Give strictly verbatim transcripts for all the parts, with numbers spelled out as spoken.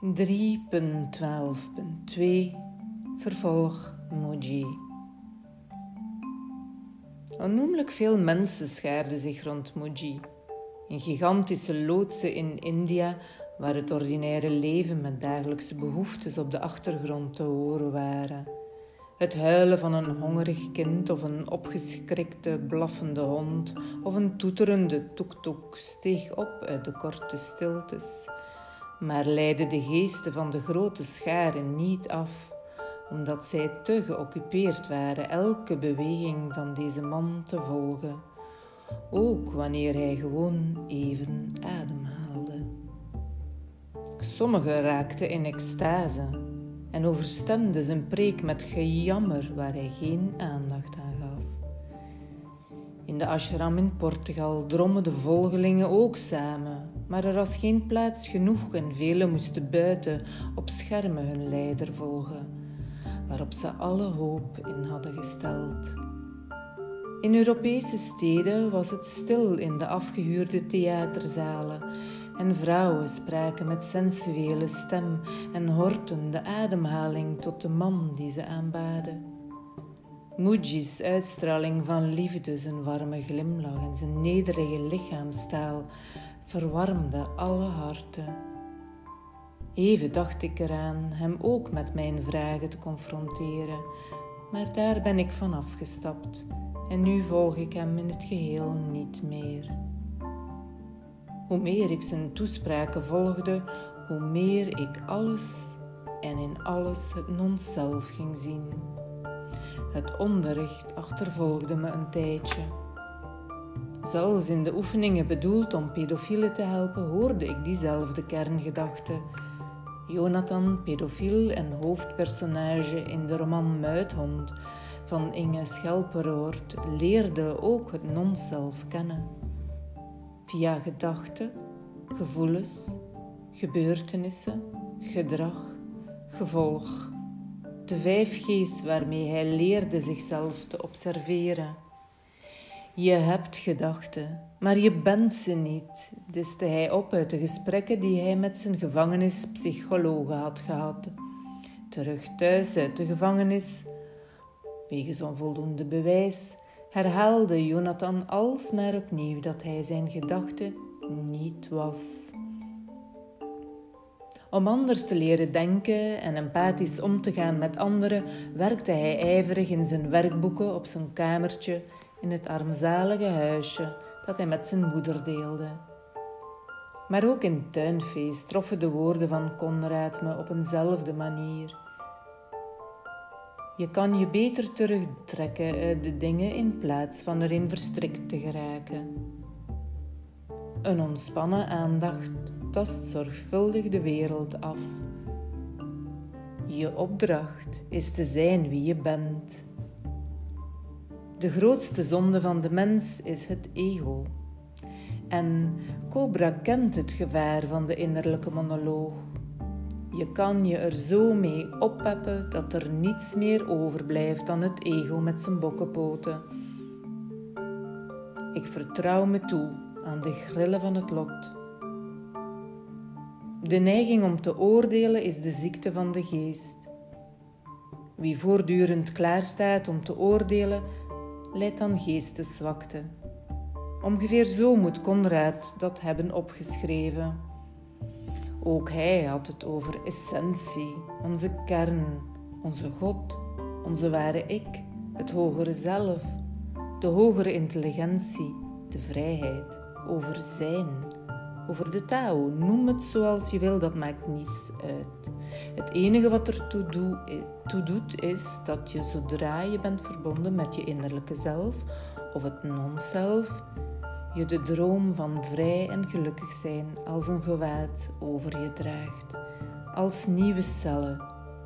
drie punt twaalf punt twee Vervolg Muji. Onnoemelijk veel mensen schaarden zich rond Muji, een gigantische loodse in India waar het ordinaire leven met dagelijkse behoeftes op de achtergrond te horen waren. Het huilen van een hongerig kind of een opgeschrikte, blaffende hond of een toeterende toek-toek steeg op uit de korte stiltes, maar leidde de geesten van de grote scharen niet af, omdat zij te geoccupeerd waren elke beweging van deze man te volgen, ook wanneer hij gewoon even ademhaalde. Sommigen raakten in extase en overstemden zijn preek met gejammer waar hij geen aandacht aan gaf. In de ashram in Portugal drommen de volgelingen ook samen, maar er was geen plaats genoeg en velen moesten buiten op schermen hun leider volgen, waarop ze alle hoop in hadden gesteld. In Europese steden was het stil in de afgehuurde theaterzalen en vrouwen spraken met sensuele stem en horten de ademhaling tot de man die ze aanbaden. Muji's uitstraling van liefde, zijn warme glimlach en zijn nederige lichaamstaal verwarmde alle harten. Even dacht ik eraan hem ook met mijn vragen te confronteren, maar daar ben ik van afgestapt en nu volg ik hem in het geheel niet meer. Hoe meer ik zijn toespraken volgde, hoe meer ik alles en in alles het non-zelf ging zien. Het onderricht achtervolgde me een tijdje. Zelfs in de oefeningen bedoeld om pedofielen te helpen, hoorde ik diezelfde kerngedachte. Jonathan, pedofiel en hoofdpersonage in de roman Muithond van Inge Schelperoort, leerde ook het non-zelf kennen. Via gedachten, gevoelens, gebeurtenissen, gedrag, gevolg. De vijf G's waarmee hij leerde zichzelf te observeren. Je hebt gedachten, maar je bent ze niet, diste hij op uit de gesprekken die hij met zijn gevangenispsychologe had gehad. Terug thuis uit de gevangenis, wegens onvoldoende bewijs, herhaalde Jonathan alsmaar opnieuw dat hij zijn gedachte niet was. Om anders te leren denken en empathisch om te gaan met anderen, werkte hij ijverig in zijn werkboeken op zijn kamertje in het armzalige huisje dat hij met zijn moeder deelde. Maar ook in Tuinfeest troffen de woorden van Conrad me op eenzelfde manier. Je kan je beter terugtrekken uit de dingen in plaats van erin verstrikt te geraken. Een ontspannen aandacht tast zorgvuldig de wereld af. Je opdracht is te zijn wie je bent. De grootste zonde van de mens is het ego. En Cobra kent het gevaar van de innerlijke monoloog. Je kan je er zo mee oppeppen dat er niets meer overblijft dan het ego met zijn bokkenpoten. Ik vertrouw me toe aan de grillen van het lot. De neiging om te oordelen is de ziekte van de geest. Wie voortdurend klaarstaat om te oordelen, lijdt aan geesteszwakte. Ongeveer zo moet Conrad dat hebben opgeschreven. Ook hij had het over essentie, onze kern, onze God, onze ware ik, het hogere zelf, de hogere intelligentie, de vrijheid, over zijn, over de Tao. Noem het zoals je wil, dat maakt niets uit. Het enige wat er toe, doe, toe doet is dat je zodra je bent verbonden met je innerlijke zelf of het non-zelf, je de droom van vrij en gelukkig zijn als een gewaad over je draagt, als nieuwe cellen.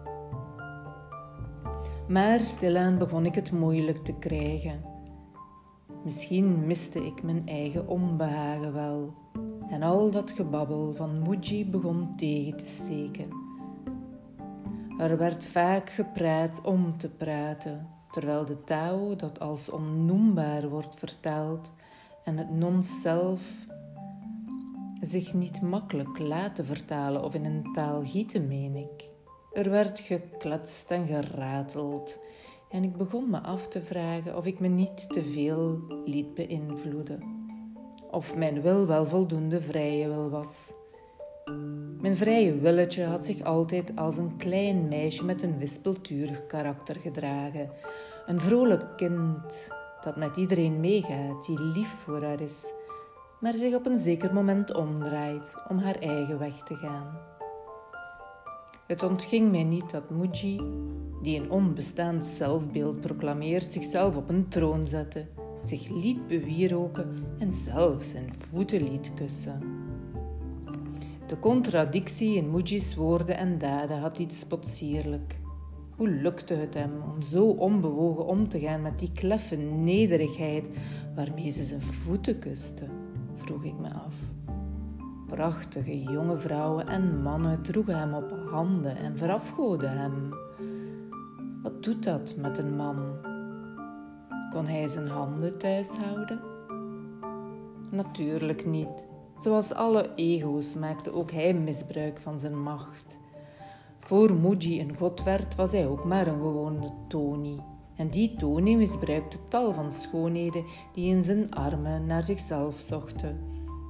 Maar stilaan begon ik het moeilijk te krijgen. Misschien miste ik mijn eigen onbehagen wel, en al dat gebabbel van Muji begon tegen te steken. Er werd vaak gepraat om te praten, terwijl de Tao dat als onnoembaar wordt vertaald en het non-zelf zich niet makkelijk laten vertalen of in een taal gieten, meen ik. Er werd gekletst en gerateld en ik begon me af te vragen of ik me niet te veel liet beïnvloeden. Of mijn wil wel voldoende vrije wil was. Mijn vrije willetje had zich altijd als een klein meisje met een wispelturig karakter gedragen. Een vrolijk kind dat met iedereen meegaat, die lief voor haar is, maar zich op een zeker moment omdraait om haar eigen weg te gaan. Het ontging mij niet dat Mooji, die een onbestaand zelfbeeld proclameert, zichzelf op een troon zette, zich liet bewieroken en zelfs zijn voeten liet kussen. De contradictie in Mooji's woorden en daden had iets potsierlijk. Hoe lukte het hem om zo onbewogen om te gaan met die kleffe nederigheid waarmee ze zijn voeten kuste, vroeg ik me af. Prachtige jonge vrouwen en mannen droegen hem op handen en verafgoden hem. Wat doet dat met een man? Kon hij zijn handen thuis houden? Natuurlijk niet. Zoals alle ego's maakte ook hij misbruik van zijn macht. Voor Mooji een god werd, was hij ook maar een gewone Tony. En die Tony misbruikte tal van schoonheden die in zijn armen naar zichzelf zochten.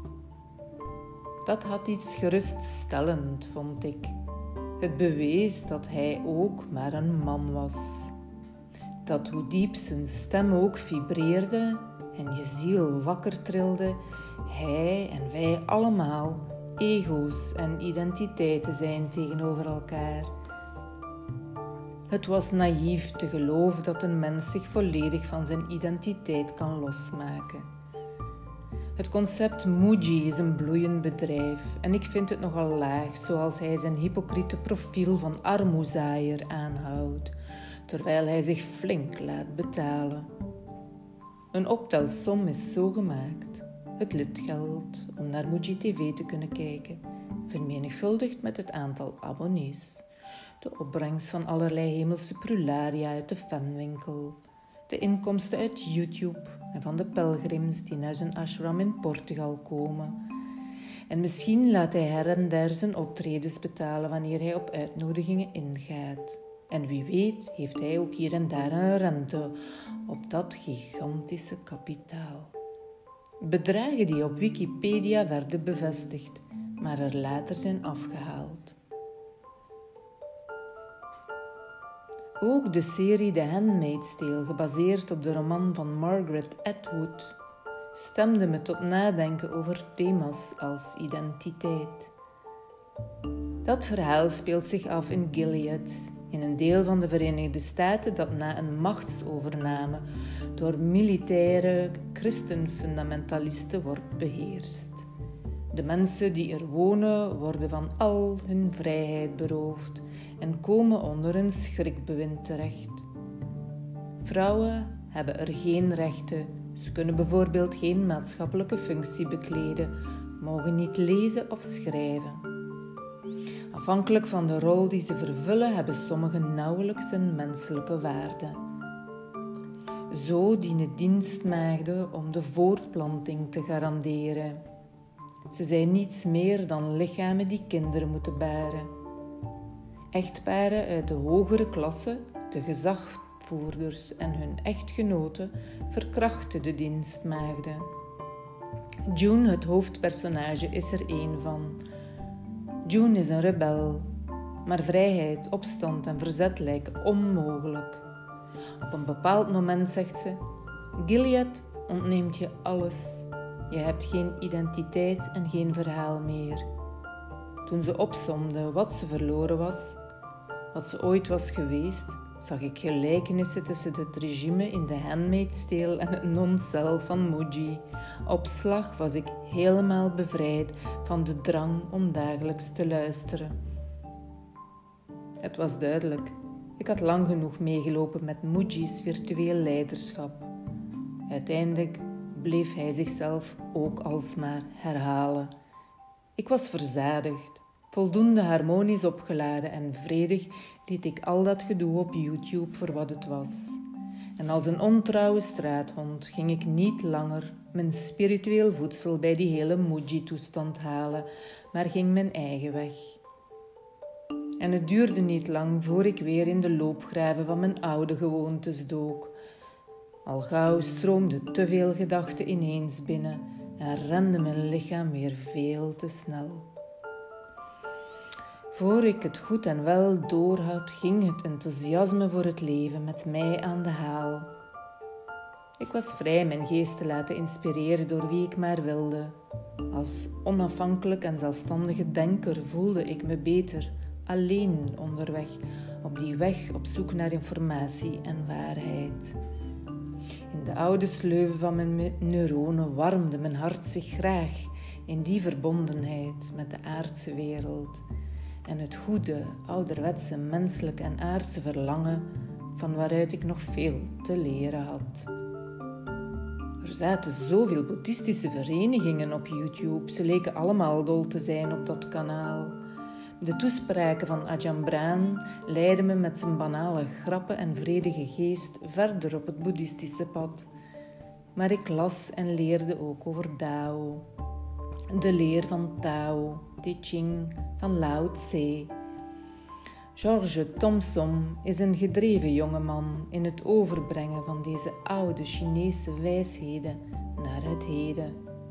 Dat had iets geruststellend, vond ik. Het bewees dat hij ook maar een man was. Dat hoe diep zijn stem ook vibreerde en je ziel wakker trilde, hij en wij allemaal ego's en identiteiten zijn tegenover elkaar. Het was naïef te geloven dat een mens zich volledig van zijn identiteit kan losmaken. Het concept Mooji is een bloeiend bedrijf en ik vind het nogal laag zoals hij zijn hypocriete profiel van armoezaaier aanhoudt, terwijl hij zich flink laat betalen. Een optelsom is zo gemaakt. Het lidgeld om naar Mooji T V te kunnen kijken, vermenigvuldigd met het aantal abonnees, de opbrengst van allerlei hemelse prularia uit de fanwinkel, de inkomsten uit YouTube en van de pelgrims die naar zijn ashram in Portugal komen. En misschien laat hij her en der zijn optredens betalen wanneer hij op uitnodigingen ingaat. En wie weet heeft hij ook hier en daar een rente op dat gigantische kapitaal. Bedragen die op Wikipedia werden bevestigd, maar er later zijn afgehaald. Ook de serie The Handmaid's Tale, gebaseerd op de roman van Margaret Atwood, stemde me tot nadenken over thema's als identiteit. Dat verhaal speelt zich af in Gilead, in een deel van de Verenigde Staten dat na een machtsovername door militaire christenfundamentalisten wordt beheerst. De mensen die er wonen worden van al hun vrijheid beroofd en komen onder een schrikbewind terecht. Vrouwen hebben er geen rechten, ze kunnen bijvoorbeeld geen maatschappelijke functie bekleden, mogen niet lezen of schrijven. Afhankelijk van de rol die ze vervullen, hebben sommigen nauwelijks een menselijke waarde. Zo dienen dienstmaagden om de voortplanting te garanderen. Ze zijn niets meer dan lichamen die kinderen moeten baren. Echtparen uit de hogere klasse, de gezagvoerders en hun echtgenoten verkrachten de dienstmaagden. June, het hoofdpersonage, is er één van. June is een rebel, maar vrijheid, opstand en verzet lijken onmogelijk. Op een bepaald moment zegt ze: Gilead ontneemt je alles. Je hebt geen identiteit en geen verhaal meer. Toen ze opsomde wat ze verloren was, wat ze ooit was geweest, zag ik gelijkenissen tussen het regime in The Handmaid's Tale en het non-self van Mooji. Op slag was ik helemaal bevrijd van de drang om dagelijks te luisteren. Het was duidelijk. Ik had lang genoeg meegelopen met Mooji's virtueel leiderschap. Uiteindelijk bleef hij zichzelf ook alsmaar herhalen. Ik was verzadigd, voldoende harmonisch opgeladen en vredig liet ik al dat gedoe op YouTube voor wat het was. En als een ontrouwe straathond ging ik niet langer mijn spiritueel voedsel bij die hele Mooji-toestand halen, maar ging mijn eigen weg. En het duurde niet lang voor ik weer in de loopgraven van mijn oude gewoontes dook. Al gauw stroomde te veel gedachten ineens binnen en rende mijn lichaam weer veel te snel. Voor ik het goed en wel doorhad, ging het enthousiasme voor het leven met mij aan de haal. Ik was vrij mijn geest te laten inspireren door wie ik maar wilde. Als onafhankelijk en zelfstandige denker voelde ik me beter, alleen onderweg, op die weg op zoek naar informatie en waarheid. In de oude sleuven van mijn neuronen warmde mijn hart zich graag in die verbondenheid met de aardse wereld en het goede, ouderwetse, menselijke en aardse verlangen van waaruit ik nog veel te leren had. Er zaten zoveel boeddhistische verenigingen op YouTube, ze leken allemaal dol te zijn op dat kanaal. De toespraken van Ajahn Brahm leidden me met zijn banale grappen en vredige geest verder op het boeddhistische pad. Maar ik las en leerde ook over Dao, de leer van Tao, Te Ching, van Lao Tse. George Thompson is een gedreven jongeman in het overbrengen van deze oude Chinese wijsheden naar het heden.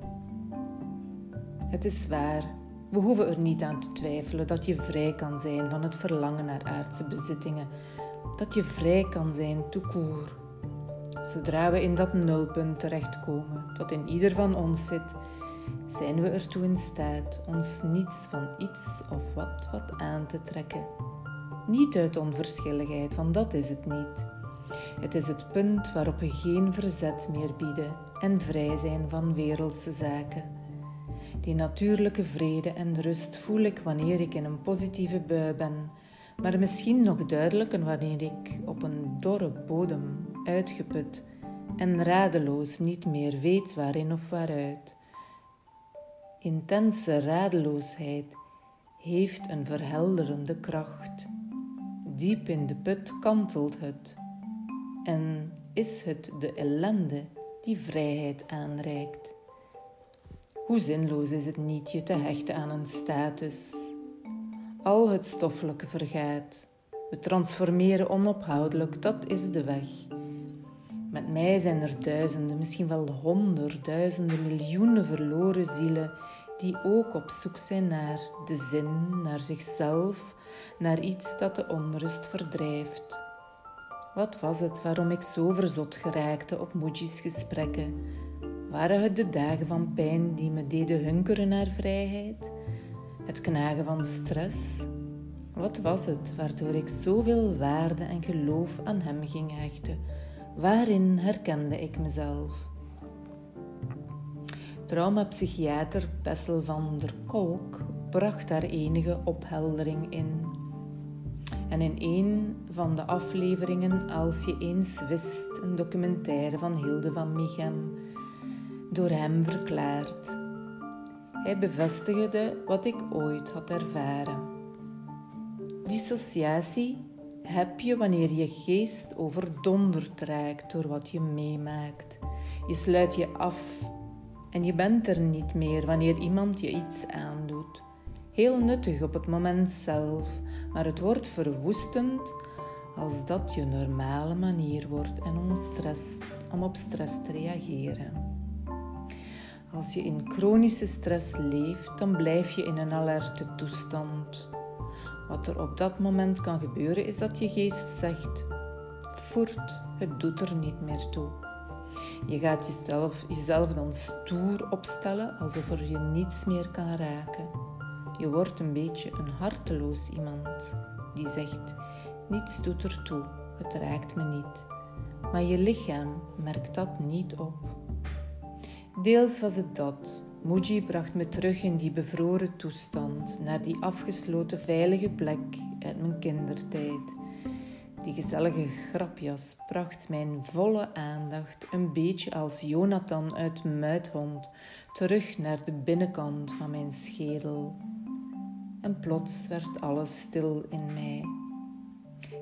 Het is waar, we hoeven er niet aan te twijfelen dat je vrij kan zijn van het verlangen naar aardse bezittingen, dat je vrij kan zijn tout court. Zodra we in dat nulpunt terechtkomen dat in ieder van ons zit, zijn we ertoe in staat ons niets van iets of wat wat aan te trekken. Niet uit onverschilligheid, want dat is het niet. Het is het punt waarop we geen verzet meer bieden en vrij zijn van wereldse zaken. Die natuurlijke vrede en rust voel ik wanneer ik in een positieve bui ben, maar misschien nog duidelijker wanneer ik op een dorre bodem, uitgeput en radeloos niet meer weet waarin of waaruit. Intense radeloosheid heeft een verhelderende kracht. Diep in de put kantelt het en is het de ellende die vrijheid aanreikt. Hoe zinloos is het niet je te hechten aan een status? Al het stoffelijke vergaat. We transformeren onophoudelijk, dat is de weg. Met mij zijn er duizenden, misschien wel honderdduizenden, miljoenen verloren zielen die ook op zoek zijn naar de zin, naar zichzelf, naar iets dat de onrust verdrijft. Wat was het waarom ik zo verzot geraakte op Mooji's gesprekken? Waren het de dagen van pijn die me deden hunkeren naar vrijheid? Het knagen van stress? Wat was het waardoor ik zoveel waarde en geloof aan hem ging hechten? Waarin herkende ik mezelf? Traumapsychiater Bessel van der Kolk bracht daar enige opheldering in. En in een van de afleveringen Als je eens wist, een documentaire van Hilde van Michem, door hem verklaard. Hij bevestigde wat ik ooit had ervaren. Dissociatie heb je wanneer je geest overdonderd raakt door wat je meemaakt. Je sluit je af en je bent er niet meer wanneer iemand je iets aandoet. Heel nuttig op het moment zelf, maar het wordt verwoestend als dat je normale manier wordt en om, stress, om op stress te reageren. Als je in chronische stress leeft, dan blijf je in een alerte toestand. Wat er op dat moment kan gebeuren, is dat je geest zegt: voort, het doet er niet meer toe. Je gaat jezelf, jezelf dan stoer opstellen, alsof er je niets meer kan raken. Je wordt een beetje een harteloos iemand die zegt: niets doet er toe, het raakt me niet. Maar je lichaam merkt dat niet op. Deels was het dat. Mooji bracht me terug in die bevroren toestand, naar die afgesloten veilige plek uit mijn kindertijd. Die gezellige grapjas bracht mijn volle aandacht, een beetje als Jonathan uit Muidhond, terug naar de binnenkant van mijn schedel. En plots werd alles stil in mij.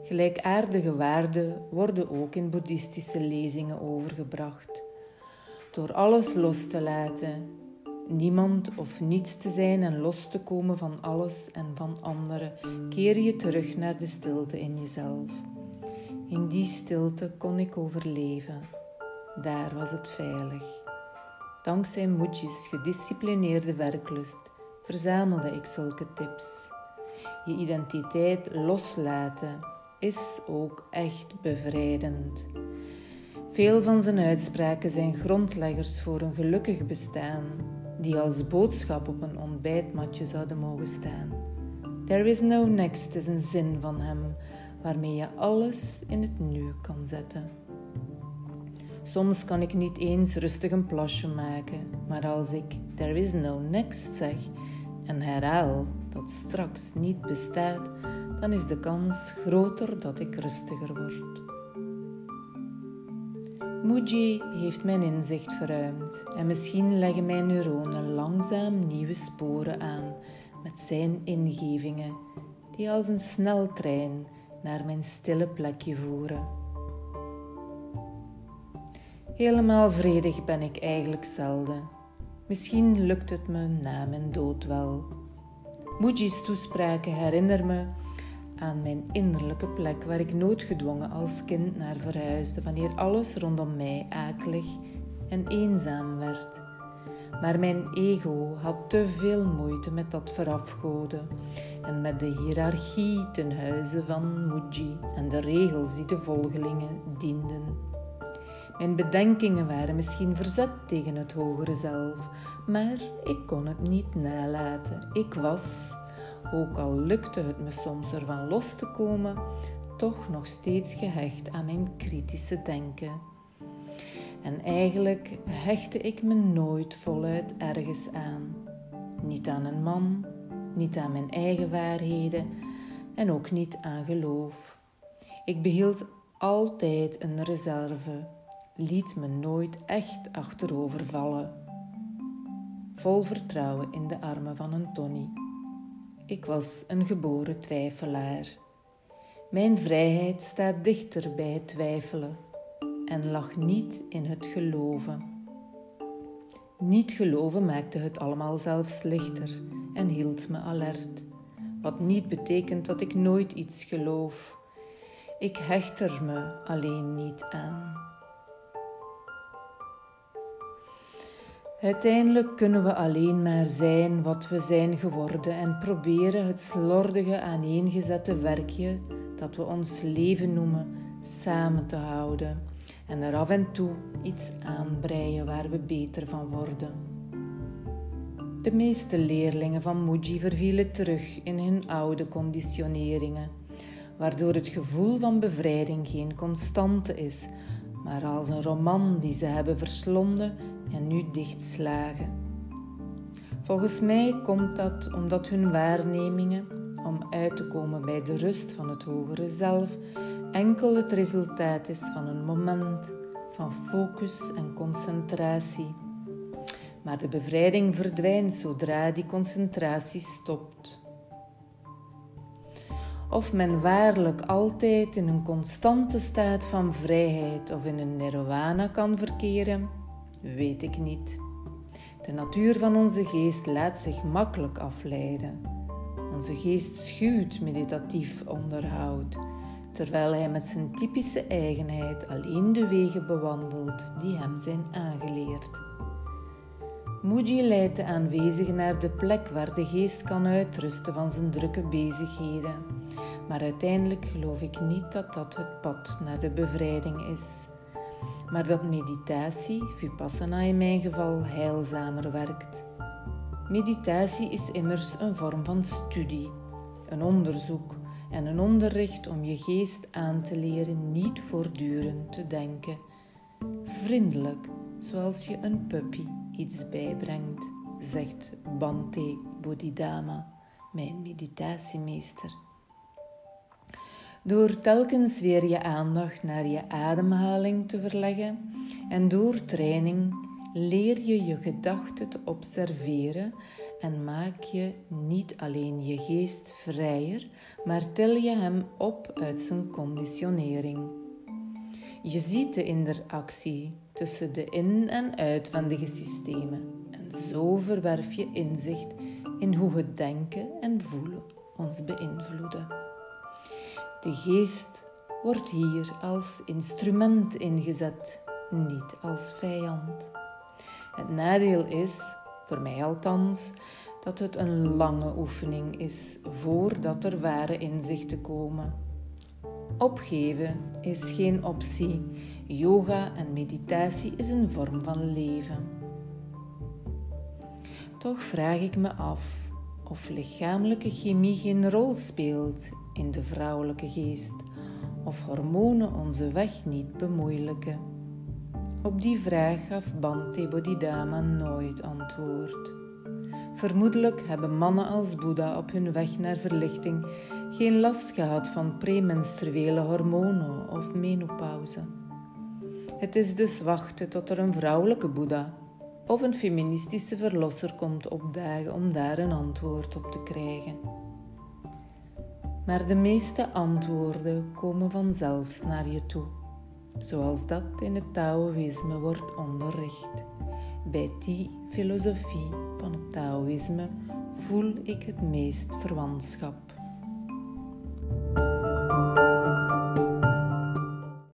Gelijkaardige waarden worden ook in boeddhistische lezingen overgebracht. Door alles los te laten, niemand of niets te zijn en los te komen van alles en van anderen, keer je terug naar de stilte in jezelf. In die stilte kon ik overleven. Daar was het veilig. Dankzij Mooji's gedisciplineerde werklust verzamelde ik zulke tips. Je identiteit loslaten is ook echt bevrijdend. Veel van zijn uitspraken zijn grondleggers voor een gelukkig bestaan, die als boodschap op een ontbijtmatje zouden mogen staan. There is no next is een zin van hem, waarmee je alles in het nu kan zetten. Soms kan ik niet eens rustig een plasje maken, maar als ik there is no next zeg en herhaal dat straks niet bestaat, dan is de kans groter dat ik rustiger word. Mooji heeft mijn inzicht verruimd en misschien leggen mijn neuronen langzaam nieuwe sporen aan met zijn ingevingen, die als een sneltrein naar mijn stille plekje voeren. Helemaal vredig ben ik eigenlijk zelden. Misschien lukt het me na mijn dood wel. Mooji's toespraken herinneren me aan mijn innerlijke plek waar ik noodgedwongen als kind naar verhuisde wanneer alles rondom mij akelig en eenzaam werd. Maar mijn ego had te veel moeite met dat verafgoden en met de hiërarchie ten huize van Mooji en de regels die de volgelingen dienden. Mijn bedenkingen waren misschien verzet tegen het hogere zelf, maar ik kon het niet nalaten. Ik was, ook al lukte het me soms ervan los te komen, toch nog steeds gehecht aan mijn kritische denken. En eigenlijk hechtte ik me nooit voluit ergens aan. Niet aan een man, niet aan mijn eigen waarheden en ook niet aan geloof. Ik behield altijd een reserve, liet me nooit echt achterovervallen. Vol vertrouwen in de armen van een Tony. Ik was een geboren twijfelaar. Mijn vrijheid staat dichter bij het twijfelen en lag niet in het geloven. Niet geloven maakte het allemaal zelfs lichter en hield me alert, wat niet betekent dat ik nooit iets geloof. Ik hecht er me alleen niet aan. Uiteindelijk kunnen we alleen maar zijn wat we zijn geworden en proberen het slordige aaneengezette werkje dat we ons leven noemen samen te houden en er af en toe iets aanbreien waar we beter van worden. De meeste leerlingen van Mooji vervielen terug in hun oude conditioneringen, waardoor het gevoel van bevrijding geen constante is, maar als een roman die ze hebben verslonden en nu dichtslagen. Volgens mij komt dat omdat hun waarnemingen, om uit te komen bij de rust van het hogere zelf, enkel het resultaat is van een moment van focus en concentratie. Maar de bevrijding verdwijnt zodra die concentratie stopt. Of men waarlijk altijd in een constante staat van vrijheid of in een nirvana kan verkeren, weet ik niet. De natuur van onze geest laat zich makkelijk afleiden. Onze geest schuwt meditatief onderhoud, terwijl hij met zijn typische eigenheid alleen de wegen bewandelt die hem zijn aangeleerd. Mooji leidt de aanwezigen naar de plek waar de geest kan uitrusten van zijn drukke bezigheden. Maar uiteindelijk geloof ik niet dat dat het pad naar de bevrijding is. Maar dat meditatie, vipassana in mijn geval, heilzamer werkt. Meditatie is immers een vorm van studie, een onderzoek en een onderricht om je geest aan te leren niet voortdurend te denken. Vriendelijk, zoals je een puppy iets bijbrengt, zegt Bhante Bodhidharma, mijn meditatiemeester. Door telkens weer je aandacht naar je ademhaling te verleggen en door training leer je je gedachten te observeren en maak je niet alleen je geest vrijer, maar til je hem op uit zijn conditionering. Je ziet de interactie tussen de in- en uitwendige systemen en zo verwerf je inzicht in hoe het denken en voelen ons beïnvloeden. De geest wordt hier als instrument ingezet, niet als vijand. Het nadeel is, voor mij althans, dat het een lange oefening is voordat er ware inzichten komen. Opgeven is geen optie. Yoga en meditatie is een vorm van leven. Toch vraag ik me af of lichamelijke chemie geen rol speelt in de vrouwelijke geest, of hormonen onze weg niet bemoeilijken. Op die vraag gaf Bhante Bodhidharma nooit antwoord. Vermoedelijk hebben mannen als Boeddha op hun weg naar verlichting geen last gehad van premenstruele hormonen of menopauze. Het is dus wachten tot er een vrouwelijke Boeddha of een feministische verlosser komt opdagen om daar een antwoord op te krijgen. Maar de meeste antwoorden komen vanzelfs naar je toe, zoals dat in het Taoïsme wordt onderricht. Bij die filosofie van het Taoïsme voel ik het meest verwantschap.